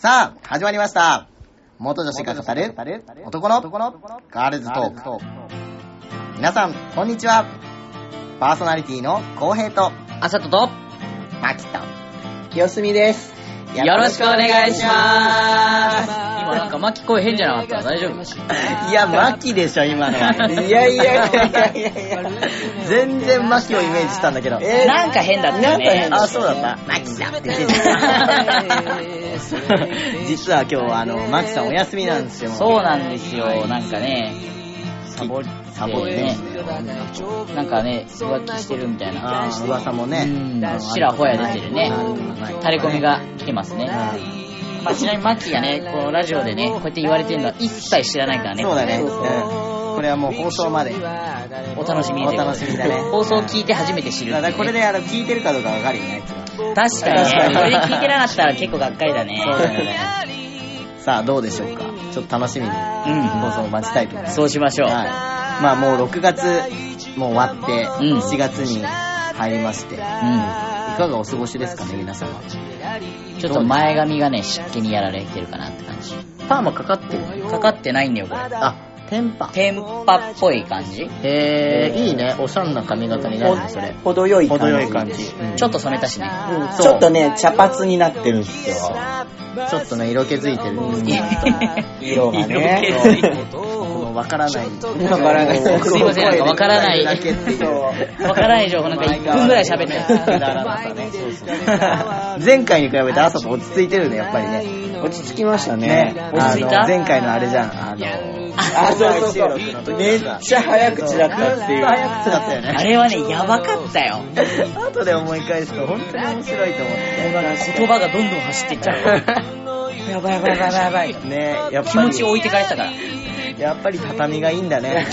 さあ、始まりました。元女子が語る男のガールズトーク。皆さん、こんにちは。パーソナリティの浩平とあさととマキと清澄です。 よろしくお願いします。今なんかマキ声変じゃなかった？大丈夫？ いや、マキでしょ今のは。 いや全然マキをイメージしたんだけど、 なんか変だったよね。 あ、そうだった。マキだって言ってた。実は今日マキさんお休みなんですよ。 そうなんですよ。なんかね、サボってね、なんかね、浮気してるみたいな噂もね、 しらほや出てるね、垂れ込みが来てますね。まあ、ちなみにマッキーがね、このラジオでね、こうやって言われてるのは一切知らないからね。 そうだね。これはもう放送までお楽しみだね。 放送を聞いて初めて知る、ね。 だからこれで聞いてるかどうかわかるよね。 確かにね。これで聞いてなかったら結構がっかりだね。 そうだよね。さあどうでしょうか。ちょっと楽しみに放送を待ちたいと思います。 そうしましょう。 まあもう6月もう終わって7月に入りまして、いかがお過ごしですかね皆様。 ちょっと前髪がね湿気にやられてるかなって感じ。 パーマかかってる？ かかってないんだよこれ。 あ、テンパっぽい感じ。 いいね。おしゃんな髪型になるねそれ。 程よい感じ。 ちょっと染めたしね。 ちょっとね茶髪になってるんですよ。 ちょっとね色気づいてるんです色がね。 わからない。 すいません、なんかわからない。わからない情報なんか1分ぐらい喋ってる。前回に比べて朝と落ち着いてるね、やっぱりね。 落ち着きましたね。 落ち着いた？ 前回のあれじゃん。 そう。めっちゃ早口だったっていう。 早口だったよね。 あれはね、やばかったよ。 後で思い返すと本当に面白いと思って。 言葉がどんどん走っていっちゃう。やばい。 ね、やっぱり気持ち置いてかれてたから。 やっぱり畳がいいんだね。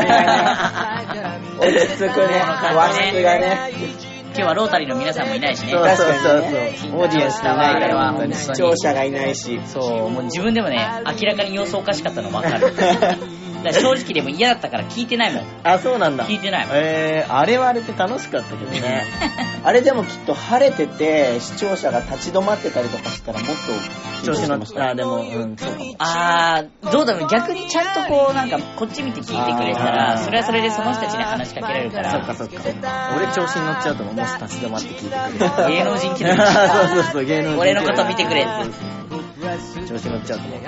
落ち着くね。和式がね。 今日はロータリーの皆さんもいないしね。 そう。オーディエンスがいないから。 視聴者がいないし。 そう、もう自分でもね、明らかに様子おかしかったの分かる。だから正直でも嫌だったから聞いてないもん。 あ、そうなんだ。 聞いてないもん。 あれはあれって楽しかったけどね。 あれでもきっと晴れてて視聴者が立ち止まってたりとかしたらもっと調子乗ってた。でもそうかも。 どうだろう。逆にちゃんとこうなんかこっち見て聞いてくれたらそれはそれでその人たちに話しかけられるから。 そっか。俺調子に乗っちゃうともし立ち止まって聞いてくれる。 芸能人気取り。 そう芸能人。 俺のこと見てくれって。 調子乗っちゃうと思う。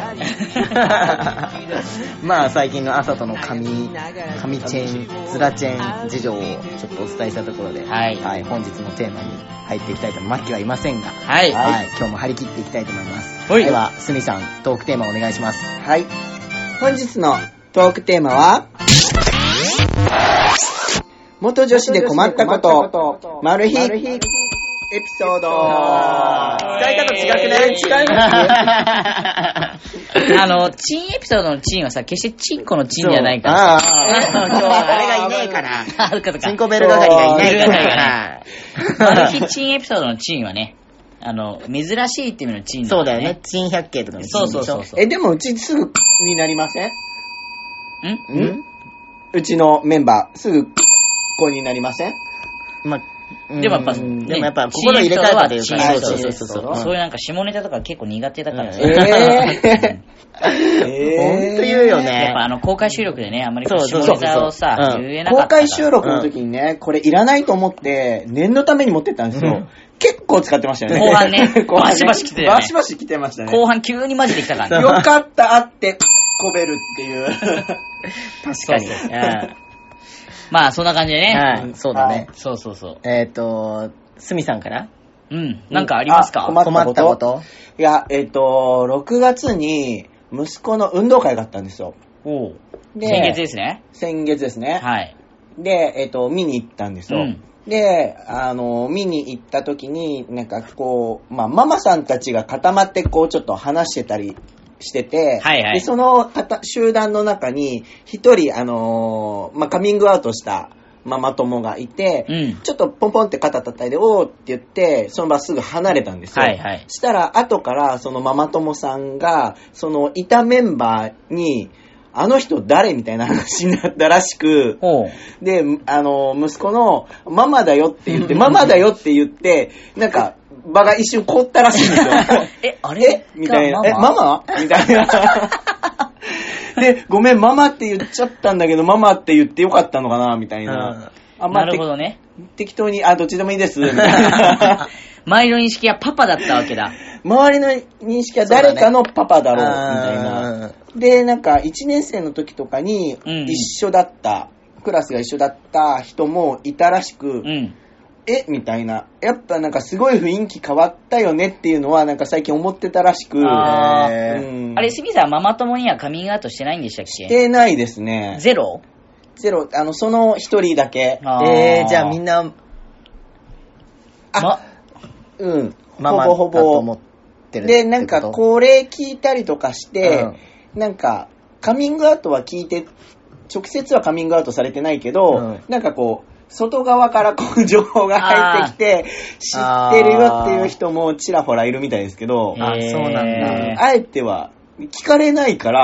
まあ最近の朝との髪チェーンズラチェーン事情をちょっとお伝えしたところで、はい、本日のテーマに入っていきたいと思います。マッキーはいませんが、今日も張り切っていきたいと思います。ではスミさんトークテーマお願いします。 はい。本日のトークテーマは元女子で困ったことマル秘エピソード。 使い方違くね？違います。チンエピソードのチンはさ、決してチンコのチンじゃないから。 今日はあれがいねえから。チンコベル係がいないから。 マル秘チンエピソードのチンはね、珍しいっていう意味のチンだそうだよね。チン百景とかのチンでしょ。 そう。 でもうちすぐになりません？うちのメンバーすぐ子になりません？ でもやっぱ心入れ替えたというか、 そういうなんか下ネタとか結構苦手だからさ。 ほんと言うよね。 やっぱ公開収録でね、あんまり下ネタをさ、言えなかった。 公開収録の時にね、これいらないと思って念のために持ってったんですよ。結構使ってましたよね。 後半ね。バシバシ来てたよね。 バシバシ来てましたね。 後半急にマジで来たからね。 よかったあってこべるっていう。 確かに。 まあそんな感じでね。 そうだね。 そう。 スミさんから？ なんかありますか？ 困ったこと？ いや、6月に息子の運動会があったんですよ。 先月ですね。 先月ですね。 はい。 で、見に行ったんですよ。で、見に行った時に、なんかこう、ママさんたちが固まってこうちょっと話してたりしてて、でその集団の中に一人、カミングアウトしたママ友がいて、ちょっとポンポンって肩叩いて、おーって言って、その場すぐ離れたんですよ。したら、後からそのママ友さんが、そのいたメンバーに、あの人誰みたいな話になったらしく、で、息子のママだよって言って、なんか、 場が一瞬凍ったらしいんですよ。 あれみたいな。ママみたいな。で、ごめん、ママって言っちゃったんだけど、ママって言ってよかったのかなみたいな。 なるほどね。 適当に、どっちでもいいです、みたいな。 周りの認識はパパだったわけだ。 周りの認識は誰かのパパだろう、みたいな。で、なんか、1年生の時とかに、一緒だった、クラスが一緒だった人もいたらしく、みたいな。やっぱなんかすごい雰囲気変わったよねっていうのはなんか最近思ってたらしく。 あれ、スミさんママ友にはカミングアウトしてないんでしたっけ？ してないですね。 ゼロ、 その一人だけ。 じゃあみんな、 ママほぼだと思ってる。で、なんかこれ聞いたりとかして、なんかカミングアウトは聞いて、直接はカミングアウトされてないけど、なんかこう、外側からこう情報が入ってきて、知ってるよっていう人もちらほらいるみたいですけど、 そうなんだ。 あえては聞かれないから、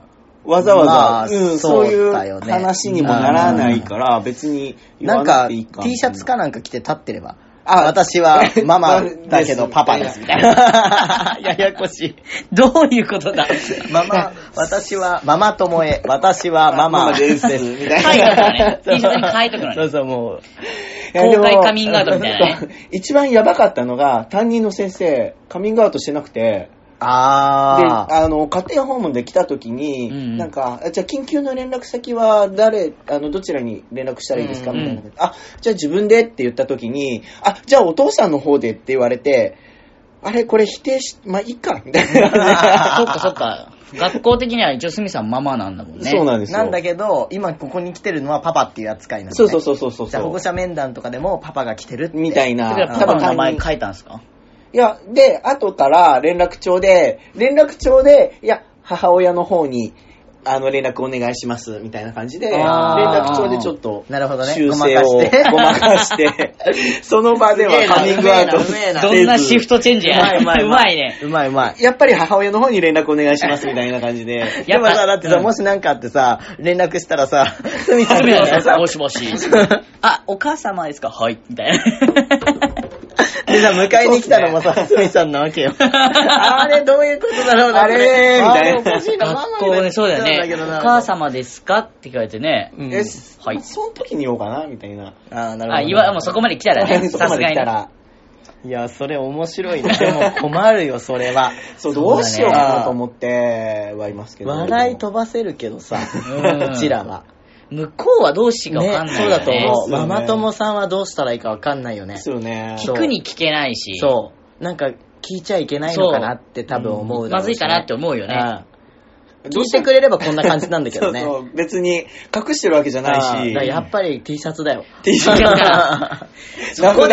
わざわざ、そういう話にもならないから、別に言わなくていいか。 なんか T シャツかなんか着て立ってれば。私はママだけどパパですみたいな。ややこしい。 どういうことだ？ 私はママ友へ、私はママです。みたいな。 書いとくのね。T シャツに書いとくのね。 そうもう。 公開カミングアウトみたいなね。 一番やばかったのが、担任の先生、カミングアウトしてなくて、で、家庭訪問で来た時に、なんか、じゃあ緊急の連絡先はどちらに連絡したらいいですかみたいな。じゃあ自分でって言った時に、じゃあお父さんの方でって言われて、あれこれ否定まあいいかみたいな。 そっか。学校的には一応スミさんママなんだもんね。 そうなんですよ。 なんだけど、今ここに来てるのはパパっていう扱いなんで、 ね。そう。 じゃあ保護者面談とかでもパパが来てるって。 みたいな。 だからパパの名前書いたんですか？ いや、で、後から連絡帳で、いや、母親の方に、連絡お願いします、みたいな感じで、連絡帳でちょっと、 なるほどね。 修正をごまかして、その場ではカミングアウトせず。 どんなシフトチェンジや。うまいね。 うまい。 やっぱり母親の方に連絡お願いします、みたいな感じで。 でもさ、だってさ、もしなんかあってさ、連絡したらさ、すみさんさ、もしもし。お母様ですか？はい。みたいな。 でさ、迎えに来たのもさ、すみさんなわけよ。あれ、どういうことだろうな、 あれみたいな。 おかしいな、ママ学校ね、そうだよね。お母様ですかって聞かれてね。 はい。その時に言おうかな、みたいな。 なるほど。 もうそこまで来たらね、さすがに。 いや、それ面白いね。でも困るよ、それは。 そう、どうしようかなと思ってはいますけど。 笑い飛ばせるけどさ、うちらは。 向こうはどうしてか分かんないよね。 そうだと思う。ママ友さんはどうしたらいいか分かんないよね。 そうね。 聞くに聞けないし。 そう。なんか聞いちゃいけないのかなって多分思うだろうしね。 まずいかなって思うよね。 聞いてくれればこんな感じなんだけどね。 そう、別に隠してるわけじゃないし。 やっぱり T シャツだよ。 T シャツか。 そこで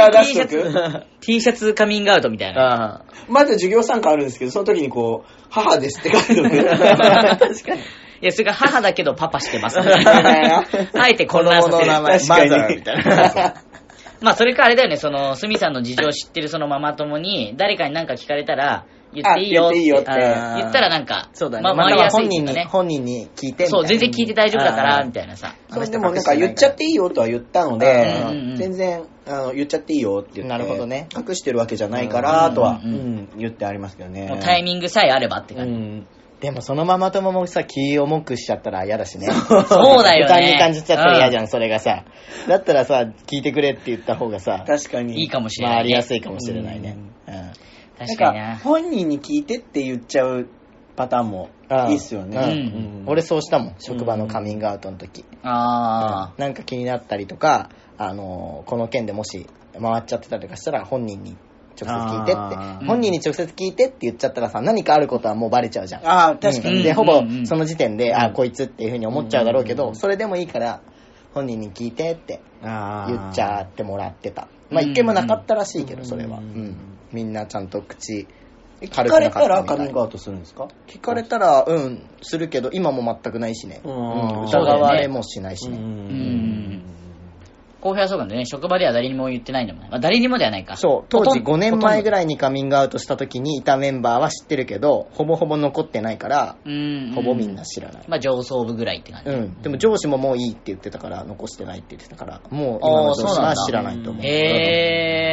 T シャツカミングアウトみたいな。 まだ授業参観あるんですけど、その時にこう、母ですって書いておく。確かに。いや、それが母だけどパパしてます。あえて混乱させる。 確かに。みたいな。 まあ、それかあれだよね、スミさんの事情を知ってるそのママ友に、誰かに何か聞かれたら、言っていいよって言ったらなんか、 そうだね。まあ、本人に聞いてみたいな。 そう、全然聞いて大丈夫だから、みたいなさ。 でもなんか言っちゃっていいよとは言ったので、全然言っちゃっていいよって言って。 なるほどね。 隠してるわけじゃないからとは言ってありますけどね。 もうタイミングさえあればって感じ。 でもそのママ友もさ、気重くしちゃったら嫌だしね。 そうだよね。 負担に感じちゃったら嫌じゃん、それがさ。だったらさ、聞いてくれって言った方がさ、 確かに。 いいかもしれない。 回りやすいかもしれないね。 確かにな。 本人に聞いてって言っちゃうパターンもいいっすよね。 俺そうしたもん、職場のカミングアウトの時。なんか気になったりとか、この件でもし回っちゃってたりとかしたら本人に直接聞いてって、本人に直接聞いてって言っちゃったらさ、何かあることはもうバレちゃうじゃん。 確かに。 で、ほぼその時点で、こいつっていう風に思っちゃうだろうけど、それでもいいから本人に聞いてって言っちゃってもらってた。まあ一件もなかったらしいけど、それは。みんなちゃんと口軽くなかったみたい。聞かれたらカミングアウトするんですか？ 聞かれたらするけど、今も全くないしね。疑われもしないしね。 公表はそうなんだね。職場では誰にも言ってないんだもんね。まあ、誰にもではないか。 そう。当時5年前ぐらいにカミングアウトした時にいたメンバーは知ってるけど、ほぼほぼ残ってないから、ほぼみんな知らない。 まあ上層部ぐらいって感じ。 でも上司ももういいって言ってたから、残してないって言ってたから、もう今の上司は知らないと思う。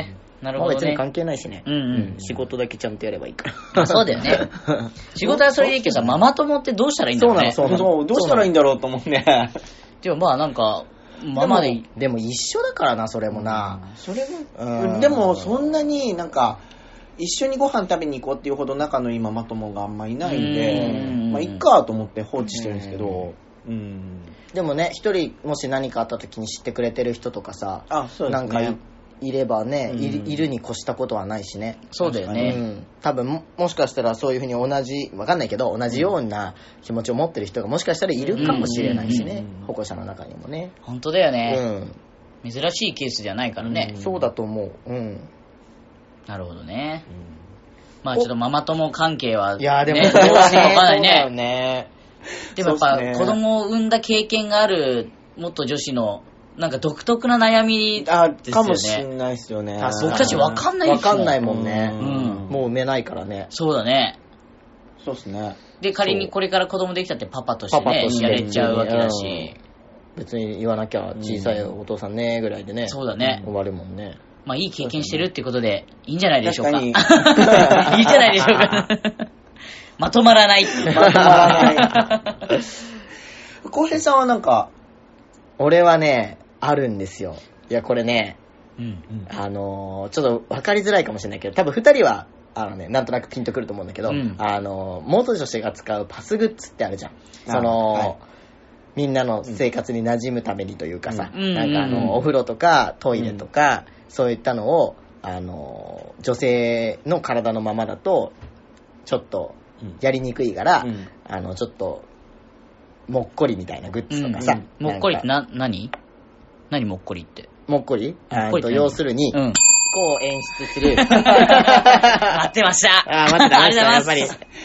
なるほどね。 別に関係ないしね。仕事だけちゃんとやればいいから。 そうだよね。仕事はそれでいいけどさ、ママ友ってどうしたらいいんだろうね。 そうどうしたらいいんだろうと思うね。 でもまあなんか、ママで。 でも一緒だからな、それもな。 それも、でもそんなになんか、一緒にご飯食べに行こうっていうほど仲のいいママ友があんまいないんで、まあいっかと思って放置してるんですけど、 でもね、一人もし何かあった時に知ってくれてる人とかさ、 そうですね、 なんかいればね、いるに越したことはないしね。 そうだよね。 多分もしかしたらそういうふうにわかんないけど、同じような気持ちを持ってる人がもしかしたらいるかもしれないしね、保護者の中にもね。 本当だよね。珍しいケースじゃないからね。 そうだと思う。 なるほどね。まあちょっとママ友関係は、 いやでもどうしてもわかんないね。 でもやっぱ子供を産んだ経験がある元女子のなんか独特な悩みですよね。 かもしんないですよね。 僕たち分かんないですよ。分かんないもんね。もう産めないからね。 そうだね。 そうですね。 で仮にこれから子供できたってパパとしてねやれちゃうわけだし、 別に言わなきゃ小さいお父さんねぐらいでね。 そうだね。 終わるもんね。 まあいい経験してるってことでいいんじゃないでしょうか。いいんじゃないでしょうか。まとまらない。 まとまらない。浩平さんはなんか、 俺はね、あるんですよ。いや、これね、ちょっと分かりづらいかもしれないけど、多分2人は、なんとなくピンとくると思うんだけど、元女子が使うパスグッズってあるじゃん。みんなの生活に馴染むためにというかさ、なんかお風呂とかトイレとか、そういったのを、女性の体のままだと、ちょっとやりにくいから、ちょっと、もっこりみたいなグッズとかさ。 もっこりって何もっこりって。 もっこり要するに、こう演出する。 待ってました。 待ってた、やっぱり。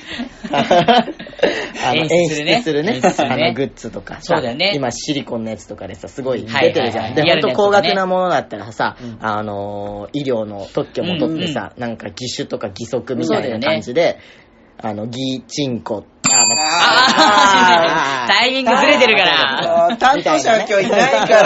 演出するね。グッズとかさ。 そうだよね。 今シリコンのやつとかでさ、すごい出てるじゃん。で、ほんと高額なものだったらさ、医療の特許も取ってさ、なんか義手とか義足みたいな感じで、義チンコ。 タイミングずれてるから。 担当者は今日いないから。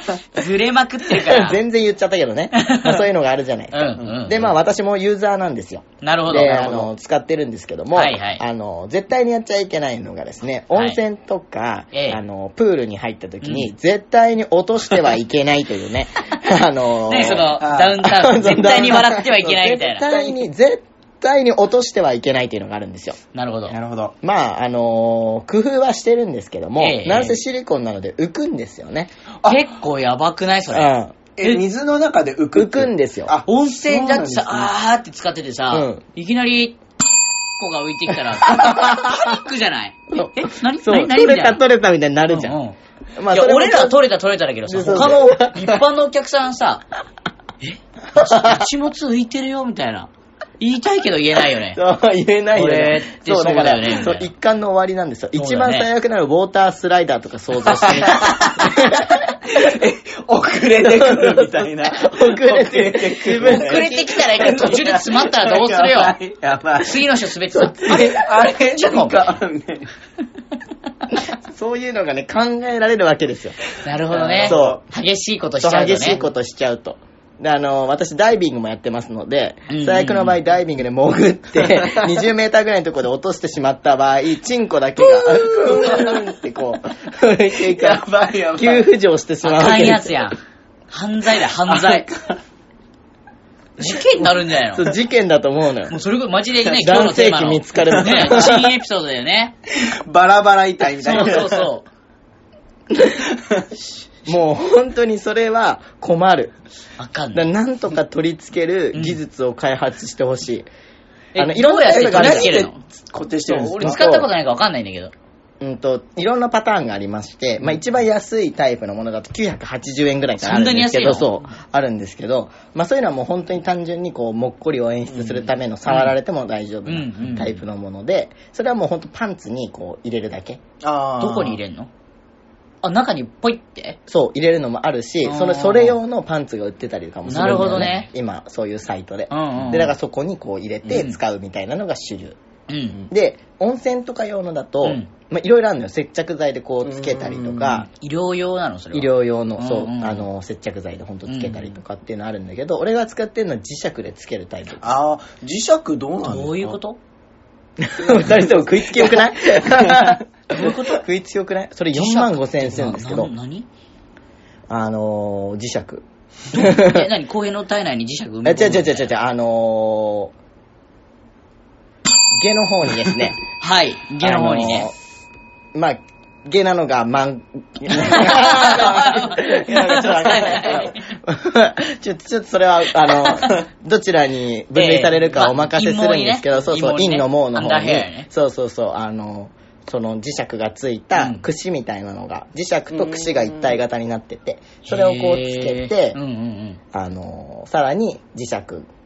ずれまくってるから。 全然言っちゃったけどね。そういうのがあるじゃないですか。で、まあ私もユーザーなんですよ。 なるほど。 で、使ってるんですけども、絶対にやっちゃいけないのがですね、温泉とか、プールに入った時に、絶対に落としてはいけないというね。 何その、ダウンタウン、絶対に笑ってはいけないみたいな。 絶対に落としてはいけないというのがあるんですよ。 なるほど。 なるほど。 まあ、工夫はしてるんですけども、なんせシリコンなので浮くんですよね。 結構やばくないそれ。 水の中で浮くんですよ。 温泉だってさ、あーって使っててさ、いきなり、子が浮いてきたら、パニックじゃない？何取れたみたいになるじゃん。 まあ、俺らは取れただけどさ、他の一般のお客さんさ、一物浮いてるよみたいな。言いたいけど言えないよね。 そう、言えないよね。 これってそうだよね。 そう、一貫の終わりなんですよ。一番最悪なるウォータースライダーとか想像してみて。 遅れてくるみたいな。 遅れてきたら途中で詰まったらどうするよ。 やばい。 次の人滑ってた。 あれちょっとそういうのがね、考えられるわけですよ。 なるほどね。 そう。 激しいことしちゃうとね。 激しいことしちゃうと。で、私ダイビングもやってますので、最悪の場合ダイビングで潜って、20メーターぐらいのところで落としてしまった場合、チンコだけが、ってこう、 やばい。 急浮上してしまうわけです。 あかんやつやん。犯罪だ、犯罪。事件になるんじゃないの？ そう、事件だと思うのよ。 もうそれぐらいマジでね、今日のテーマの。 男性器見つかるね、新エピソードだよね。 バラバラ痛いみたいな。 そう。 もう本当にそれは困る。 わかんない。 なんとか取り付ける技術を開発してほしい。 いろんなやつで取り付けるの？ 固定してるんですか？ 俺使ったことないからわかんないんだけど。 いろんなパターンがありまして、まあ一番安いタイプのものだと980円ぐらいからあるんですけど、そう、あるんですけど、まあそういうのはもう本当に単純にこう、もっこりを演出するための触られても大丈夫なタイプのもので、それはもう本当パンツにこう入れるだけ。 どこに入れんの？中にポイって？ そう、入れるのもあるし、それ用のパンツが売ってたりとかもするんだよね。 なるほどね。 今、そういうサイトで。で、だからそこにこう入れて使うみたいなのが主流。 で、温泉とか用のだと、まあ、いろいろあるのよ。接着剤でこうつけたりとか。 医療用なのそれは？ 医療用の、そう、接着剤でほんとつけたりとかっていうのあるんだけど、俺が使ってるのは磁石でつけるタイプ。 ああ、磁石どうなんですか？ どういうこと？ 二人とも食いつきよくない？ どういうこと？ 食いつきよくない？それ45,000円するんですけど。 何？ 磁石。 何？公園の体内に磁石埋め込む？ 違う。下の方にですね。 はい、下の方にね。 まあ、下なのがちょっとそれは、どちらに分類されるかお任せするんですけど、そうそう、陰の毛の方に、そうそう、その磁石がついた串みたいなのが、磁石と串が一体型になってて、それをこうつけて、さらに磁石、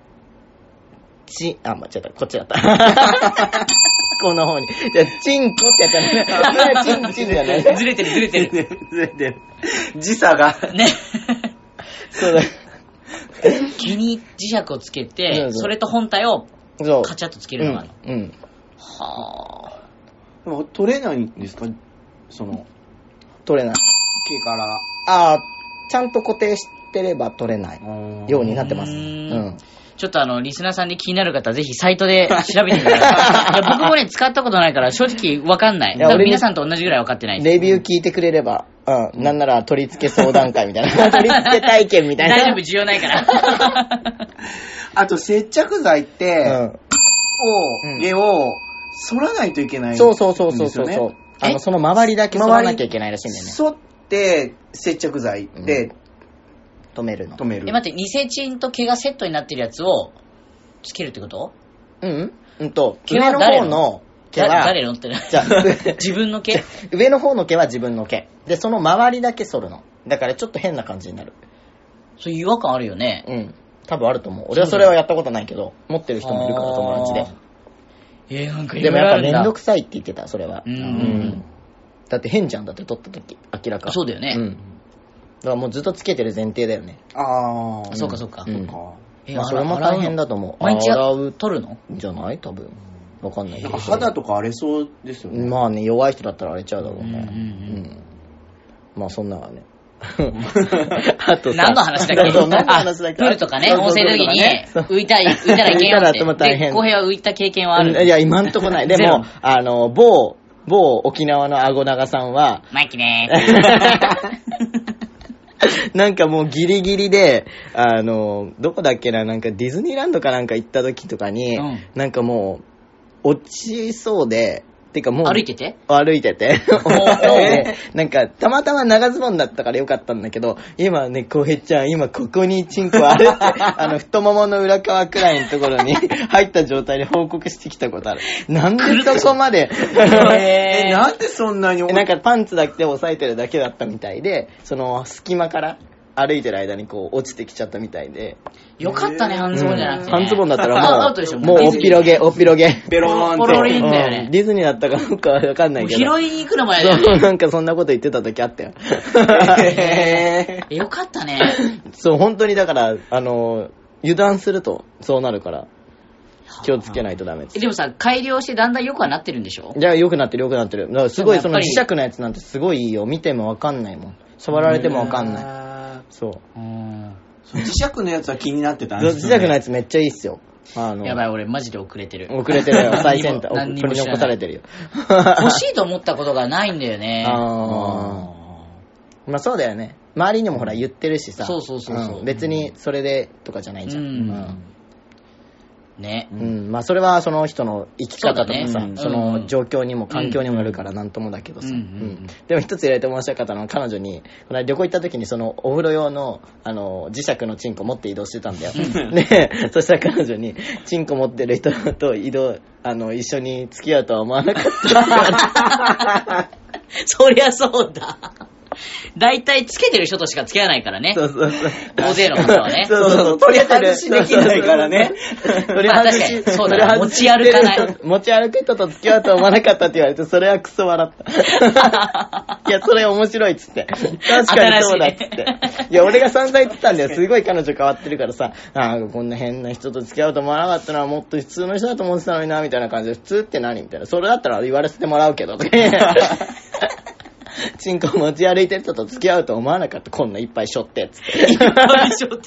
間違えた、こっちだった。この方に。じゃあ、チンコってやったらね。チンじゃない。 ずれてる。 時差が。 ね。 そうだ。 毛に磁石をつけて、それと本体をカチャッとつけるのがある。はぁ。 でも取れないんですか？ 取れない。 毛から。 ああ、ちゃんと固定してれば取れないようになってます。 ちょっとリスナーさんに気になる方はぜひサイトで調べてみてください。僕もね、使ったことないから正直わかんない。多分皆さんと同じぐらいわかってないです。 レビュー聞いてくれれば、なんなら取り付け相談会みたいな。取り付け体験みたいな。 大丈夫、需要ないから。 あと、接着剤って、毛を反らないといけないんですよね。 そう。その周りだけ反らなきゃいけないらしいんだよね。 反って接着剤で、 止める。 待って、ニセチンと毛がセットになってるやつをつけるってこと？ 毛の方の毛は誰のってる？自分の毛？ 上の方の毛は自分の毛で、その周りだけ反るの。だからちょっと変な感じになる。 そういう違和感あるよね。 多分あると思う。俺はそれはやったことないけど、持ってる人もいるから友達で。 なんかでもやっぱめんどくさいって言ってた、それは。だって変じゃん、だって撮った時明らか。 そうだよね。 だからもうずっとつけてる前提だよね。 そうか。 まあそれも大変だと思う。 毎日取るの？ じゃない多分。わかんないけど。 肌とか荒れそうですよね。 まあね、弱い人だったら荒れちゃうだろうね。まあそんなのはね。 あとさ、何の話だっけ？プールとかね、温泉の時に浮いたらいけんよって。で、公平は浮いた経験はある？ いや、今んとこない。でも、某沖縄の顎長さんは、 マイキねなんかもうギリギリで、どこだっけな、なんかディズニーランドかなんか行った時とかに、なんかもう、落ちそうで、てかもう、 歩いててなんか、たまたま長ズボンだったからよかったんだけど、今ね、浩平ちゃん、今ここにチンコあるって、太ももの裏側くらいのところに入った状態で報告してきたことある。なんでそこまでなんでそんなになんかパンツだけで押さえてるだけだったみたいで、その隙間から歩いてる間にこう落ちてきちゃったみたいで。 よかったね、半ズボンじゃなくて、ね。 半ズボンだったらもうおっぴろげ。 ベローンって。 ポロリンだよね。 ディズニーだったかどうかわかんないけど。 拾いに行くのもやだよね。 なんかそんなこと言ってた時あったよ。 よかったね。 そう、本当にだから、油断するとそうなるから。気をつけないとダメです。 でもさ、改良してだんだん良くはなってるんでしょ？ いや、良くなってる。だからすごいその磁石のやつなんてすごいいいよ。見てもわかんないもん。触られてもわかんない。そう。 磁石のやつは気になってたんですよね。磁石のやつめっちゃいいっすよ。 やばい、俺マジで遅れてる。 遅れてるよ、最先端。取り残されてるよ。 欲しいと思ったことがないんだよね。 まあそうだよね。周りにもほら言ってるしさ。 そう。 別にそれでとかじゃないじゃん。 ね。 まあそれはその人の生き方とかさ、その状況にも環境にもよるからなんともだけどさ。でも一つ入れて申し訳なかったのは、彼女に、この旅行行った時にそのお風呂用の磁石のチンコ持って移動してたんだよ。で、そしたら彼女に、チンコ持ってる人と移動、一緒に付き合うとは思わなかった。 そりゃそうだ。 大体つけてる人としかつけないからね。 そうそうそう。 大勢の方はね。 そうそう、取り外しできないからね。 まあ確かに、そうだね。持ち歩かない。 持ち歩く人と付き合うと思わなかったって言われて、それはクソ笑った。いや、それ面白いっつって。確かにそうだっつって。いや、俺が散々言ってたんだよ。すごい彼女変わってるからさ、こんな変な人と付き合うと思わなかったのはもっと普通の人だと思ってたのにな、みたいな感じで、普通って何みたいな。それだったら言われてもらうけど、とか。チンコ持ち歩いてる人と付き合うと思わなかった。こんないっぱいしょって、つって。 いっぱいしょって。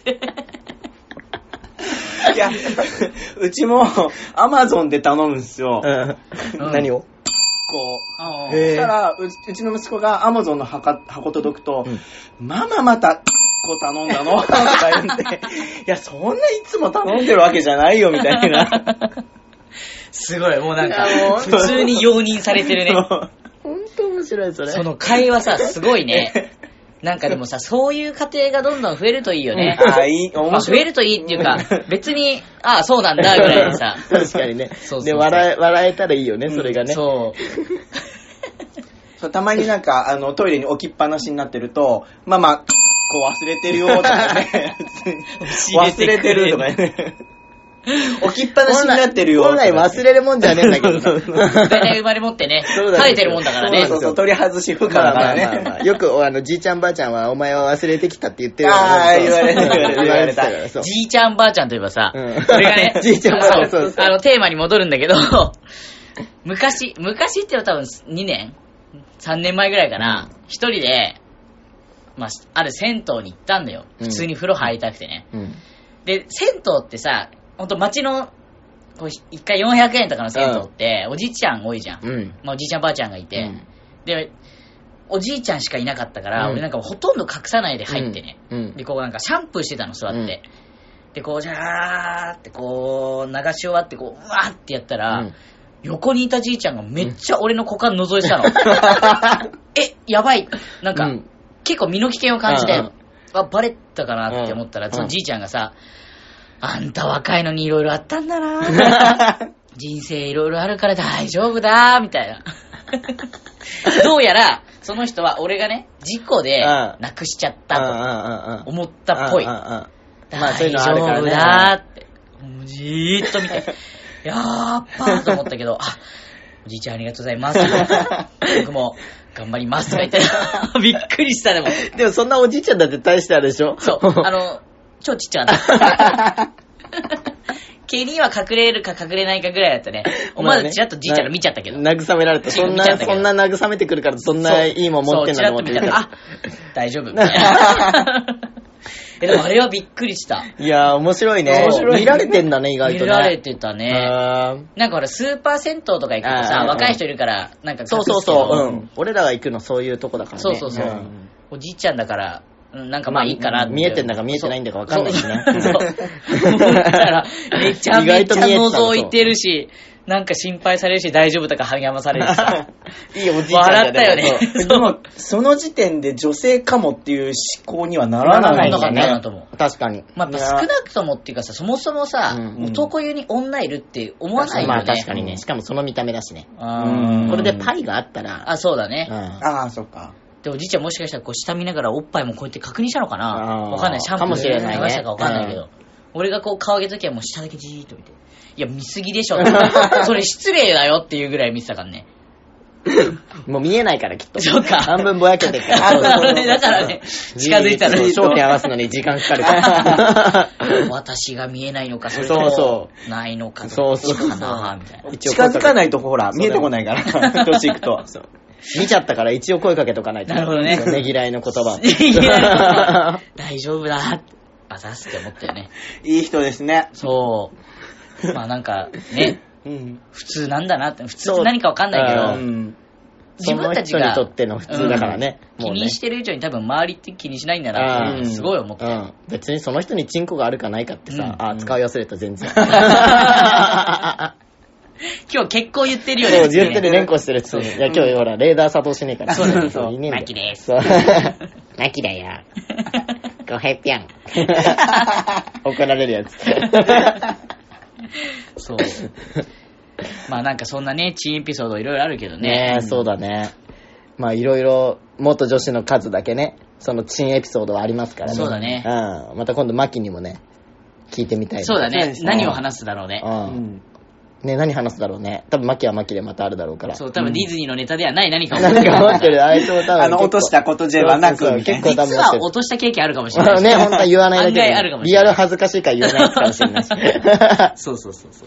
いや、うちもアマゾンで頼むんですよ。 何を？ こう。そしたらうちの息子がアマゾンの箱届くと、ママまたこ頼んだのとか言って、いや、そんないつも頼んでるわけじゃないよみたいな。 すごい、もうなんか、普通に容認されてるね。 ほんと面白い、それ。 その会話さ、すごいね。なんかでもさ、そういう家庭がどんどん増えるといいよね。増えるといいっていうか、別に、そうなんだ、ぐらいでさ。 確かにね。で、笑えたらいいよね、それがね。 そう。 たまになんか、トイレに置きっぱなしになってると、ママ、こう忘れてるよ、とかね。忘れてるとかね。置きっぱなしになってるよ。 本来忘れるもんじゃねえんだけど。 大体生まれ持ってね、耐えてるもんだからね。 そう、取り外し不可だからね。 よく、じいちゃんばあちゃんは、お前は忘れてきたって言ってるよ。 言われた。 じいちゃんばあちゃんといえばさ、それがね、 じいちゃんばあちゃん、 テーマに戻るんだけど、昔っていうのは多分2年 ?3 年前ぐらいかな、一人で、ある銭湯に行ったんだよ。普通に風呂入りたくてね。で、銭湯ってさ、ほんと街の、1回400円とかの銭湯って、おじいちゃん多いじゃん。おじいちゃんばあちゃんがいて、で、おじいちゃんしかいなかったから、俺なんかほとんど隠さないで入ってね。で、こうなんかシャンプーしてたの、座って。で、こう、ジャーってこう、流し終わって、こう、うわーってやったら、横にいたじいちゃんがめっちゃ俺の股間覗いてたの。やばい。なんか、結構身の危険を感じて、バレたかなって思ったら、そのじいちゃんがさ、あんた若いのにいろいろあったんだな人生いろいろあるから大丈夫だみたいな。どうやら、その人は俺がね、事故で亡くしちゃったと思ったっぽい。大丈夫だって。じーっと見て、やーっぱーと思ったけど、おじいちゃんありがとうございます。僕も頑張りますとか言ってびっくりしたでも。 でもそんなおじいちゃんだって大してあるでしょ？ そう。超ちっちゃかった。毛には隠れるか隠れないかぐらいだったね。思わずチラッとじいちゃんの見ちゃったけど。 慰められた。そんな慰めてくるからそんないいもん持ってんだと思って見た。 大丈夫みたいな。でもあれはびっくりした。 いやー面白いね。見られてんだね、意外とね。 見られてたね。なんかほら、スーパー銭湯とか行くとさ、若い人いるから、なんか隠すけど。 そう。俺らが行くのそういうとこだからね。 そう。おじいちゃんだから、なんかいいかなって。 見えてんだか見えてないんだか分かんないしね。 そう。思ったら、めちゃめちゃ覗いてるし、なんか心配されるし、大丈夫とか励まされるしさ。 いいおじいちゃんだ笑ったよね。 でも、その時点で女性かもっていう思考にはならないんだね。 確かに。 少なくともっていうかさ、そもそもさ、男湯に女いるって思わないよね。 確かにね。しかもその見た目だしね。これでパイがあったら。 そうだね。 そっか。 で、おじいちゃんもしかしたらこう下見ながらおっぱいもこうやって確認したのかな？わかんない。シャンプーかもしれないね。 流したかわかんないけど。俺がこう顔上げた時はもう下だけじーっと見て。いや、見すぎでしょ。それ失礼だよっていうぐらい見てたからね。 もう見えないからきっと。 そうか。 半分ぼやけてるから。 だからね、近づいたら。 焦点合わすのに時間かかるから。 私が見えないのか、それともないのか、 そうかな、みたいな。 近づかないとほら、見えてこないから、年いくと。 見ちゃったから一応声かけとかないと。 なるほどね。 ねぎらいの言葉。 大丈夫だって、あざすって思ったよね。 いい人ですね。 そう。なんか、ね。普通なんだなって、普通って何かわかんないけど、自分たちがその人にとっての普通だからね。 気にしてる以上に多分周りって気にしないんだなってすごい思って。 別にその人にチンコがあるかないかってさ、使い忘れた全然。 今日結構言ってるよね。 そう、言ってる連呼してる。いや、今日ほら、レーダー作動しねえから。 そうなんそう。マキです。 マキだよ。ごへっぴゃん。怒られるやつ。 そう。なんかそんなね、チンエピソードいろいろあるけどね。 そうだね。 まあいろいろ元女子の数だけね、その珍エピソードはありますからね。 そうだね。 うん。また今度マキにもね、聞いてみたい。 そうだね。何を話すだろうね。 うん。ね、何話すだろうね。多分マキはマキでまたあるだろうから。 そう、多分ディズニーのネタではない何かを何か持ってる。あいつも多分。 落としたことではなく、 結構多分。 実は落としたケーキあるかもしれない。 ね、本当は言わないだけで。 案外あるかもしれない。 リアル恥ずかしいから言わないかもしれないし。 そうそうそうそう。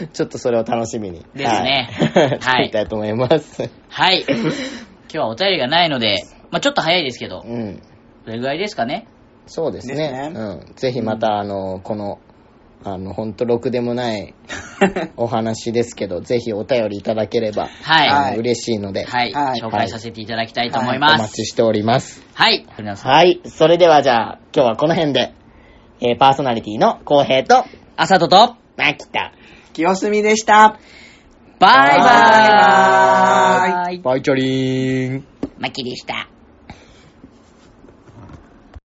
ちょっとそれを楽しみに。 ですね。 はい。作りたいと思います。 はい。今日はお便りがないので、まあちょっと早いですけど。 うん。 どれぐらいですかね。 そうですね。うん。ぜひまた、この、ほんとろくでもないお話ですけど、ぜひお便りいただければ、 はい。 嬉しいので、 はい。紹介させていただきたいと思います。 お待ちしております。 はい。 はい。それではじゃあ、今日はこの辺で、パーソナリティのコウヘイと、 あさとと、 マキタ、 清澄でした。 バイバーイ。 バイチョリーン。 マキでした。